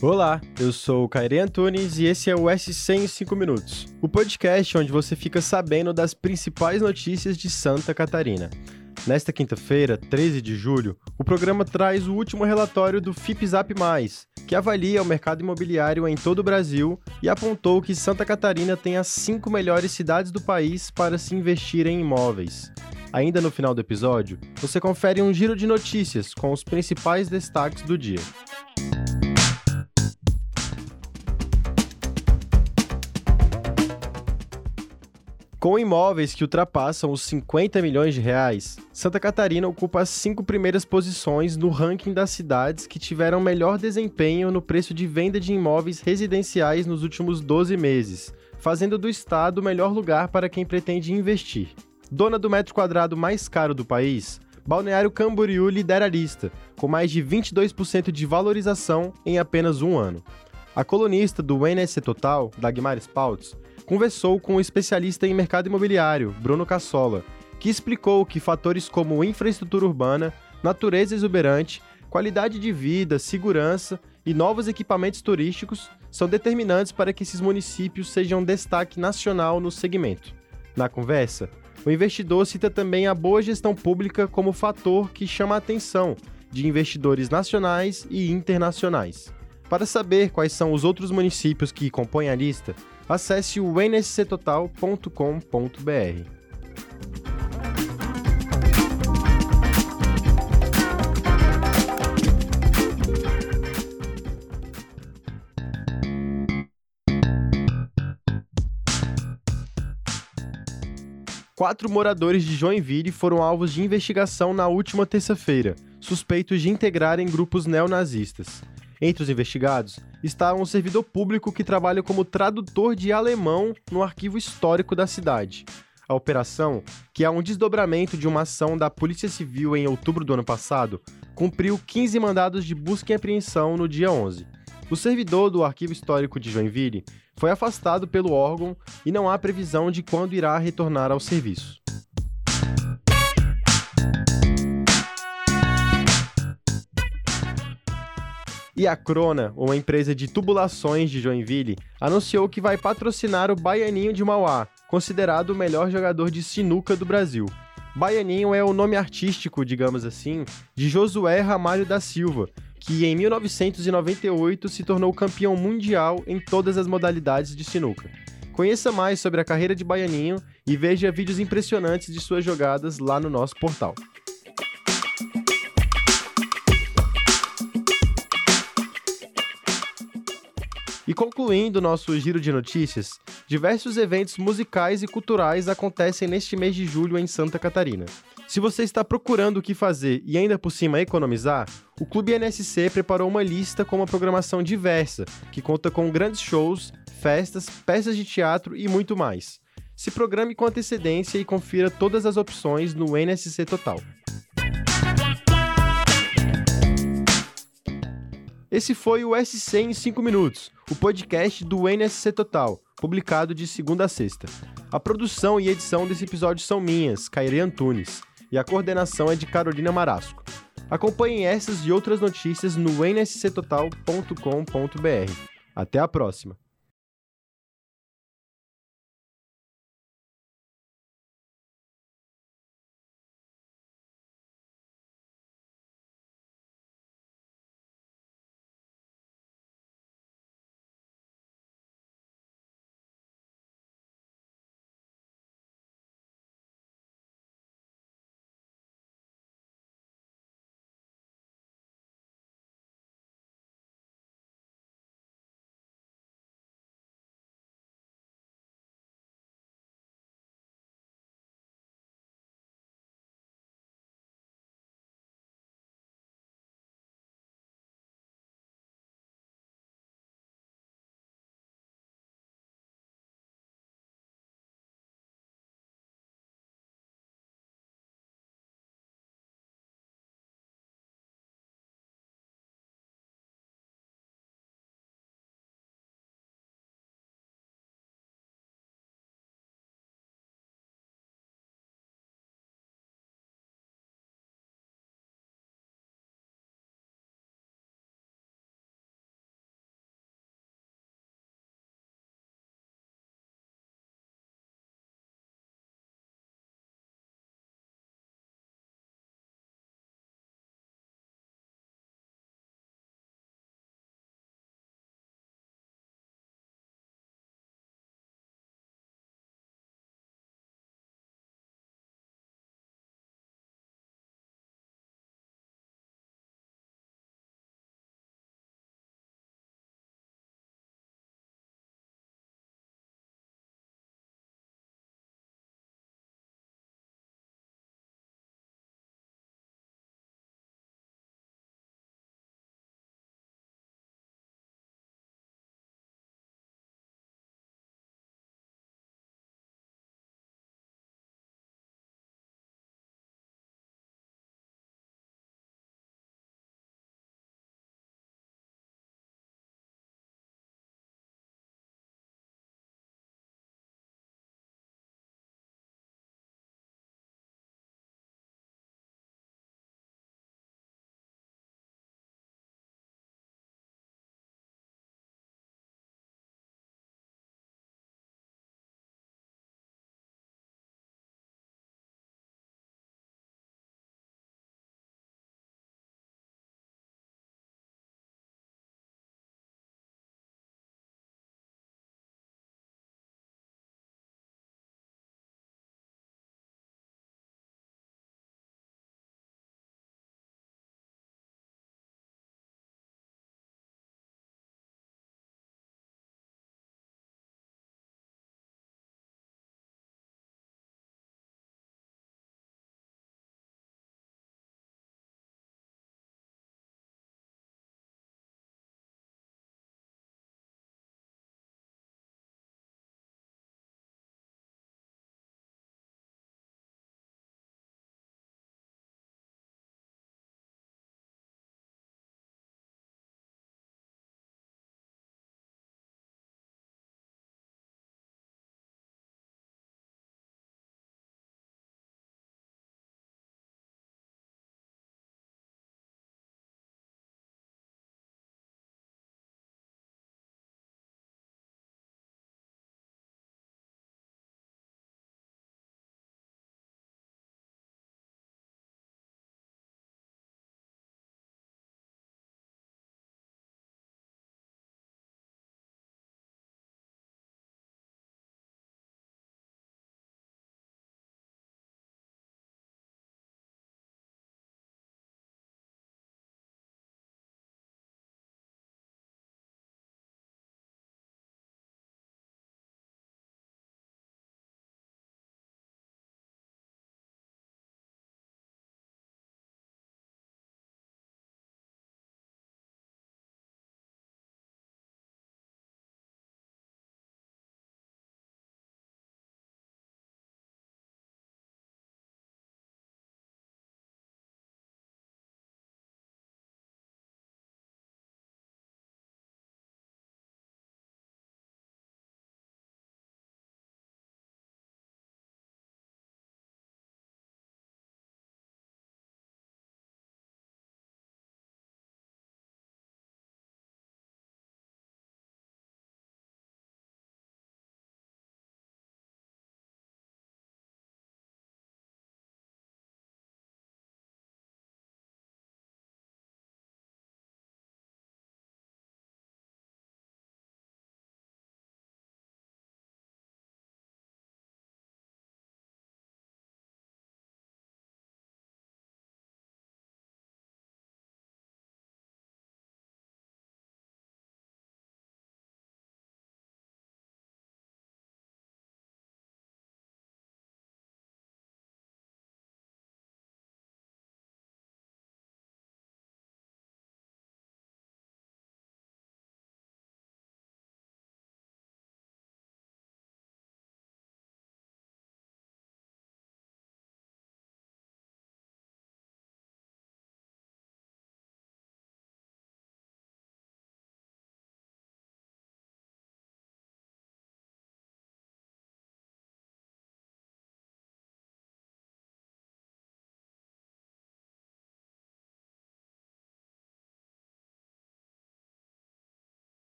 Olá, eu sou o Kairi Antunes e esse é o SC em 5 Minutos, o podcast onde você fica sabendo das principais notícias de Santa Catarina. Nesta quinta-feira, 13 de julho, o programa traz o último relatório do FIPZAP+, que avalia o mercado imobiliário em todo o Brasil e apontou que Santa Catarina tem as 5 melhores cidades do país para se investir em imóveis. Ainda no final do episódio, você confere um giro de notícias com os principais destaques do dia. Com imóveis que ultrapassam os 50 milhões de reais, Santa Catarina ocupa as 5 primeiras posições no ranking das cidades que tiveram melhor desempenho no preço de venda de imóveis residenciais nos últimos 12 meses, fazendo do estado o melhor lugar para quem pretende investir. Dona do metro quadrado mais caro do país, Balneário Camboriú lidera a lista, com mais de 22% de valorização em apenas um ano. A colunista do NSC Total, Dagmar Spaltz, conversou com o especialista em mercado imobiliário, Bruno Cassola, que explicou que fatores como infraestrutura urbana, natureza exuberante, qualidade de vida, segurança e novos equipamentos turísticos são determinantes para que esses municípios sejam destaque nacional no segmento. Na conversa, o investidor cita também a boa gestão pública como fator que chama a atenção de investidores nacionais e internacionais. Para saber quais são os outros municípios que compõem a lista, acesse o nsctotal.com.br. Quatro moradores de Joinville foram alvos de investigação na última terça-feira, suspeitos de integrarem grupos neonazistas. Entre os investigados está um servidor público que trabalha como tradutor de alemão no arquivo histórico da cidade. A operação, que é um desdobramento de uma ação da Polícia Civil em outubro do ano passado, cumpriu 15 mandados de busca e apreensão no dia 11. O servidor do arquivo histórico de Joinville foi afastado pelo órgão e não há previsão de quando irá retornar ao serviço. E a Crona, uma empresa de tubulações de Joinville, anunciou que vai patrocinar o Baianinho de Mauá, considerado o melhor jogador de sinuca do Brasil. Baianinho é o nome artístico, digamos assim, de Josué Ramalho da Silva, que em 1998 se tornou campeão mundial em todas as modalidades de sinuca. Conheça mais sobre a carreira de Baianinho e veja vídeos impressionantes de suas jogadas lá no nosso portal. E concluindo nosso giro de notícias, diversos eventos musicais e culturais acontecem neste mês de julho em Santa Catarina. Se você está procurando o que fazer e ainda por cima economizar, o Clube NSC preparou uma lista com uma programação diversa, que conta com grandes shows, festas, peças de teatro e muito mais. Se programe com antecedência e confira todas as opções no NSC Total. Esse foi o SC em 5 Minutos, o podcast do NSC Total, publicado de segunda a sexta. A produção e edição desse episódio são minhas, Kairi Antunes, e a coordenação é de Carolina Marasco. Acompanhem essas e outras notícias no nsctotal.com.br. Até a próxima!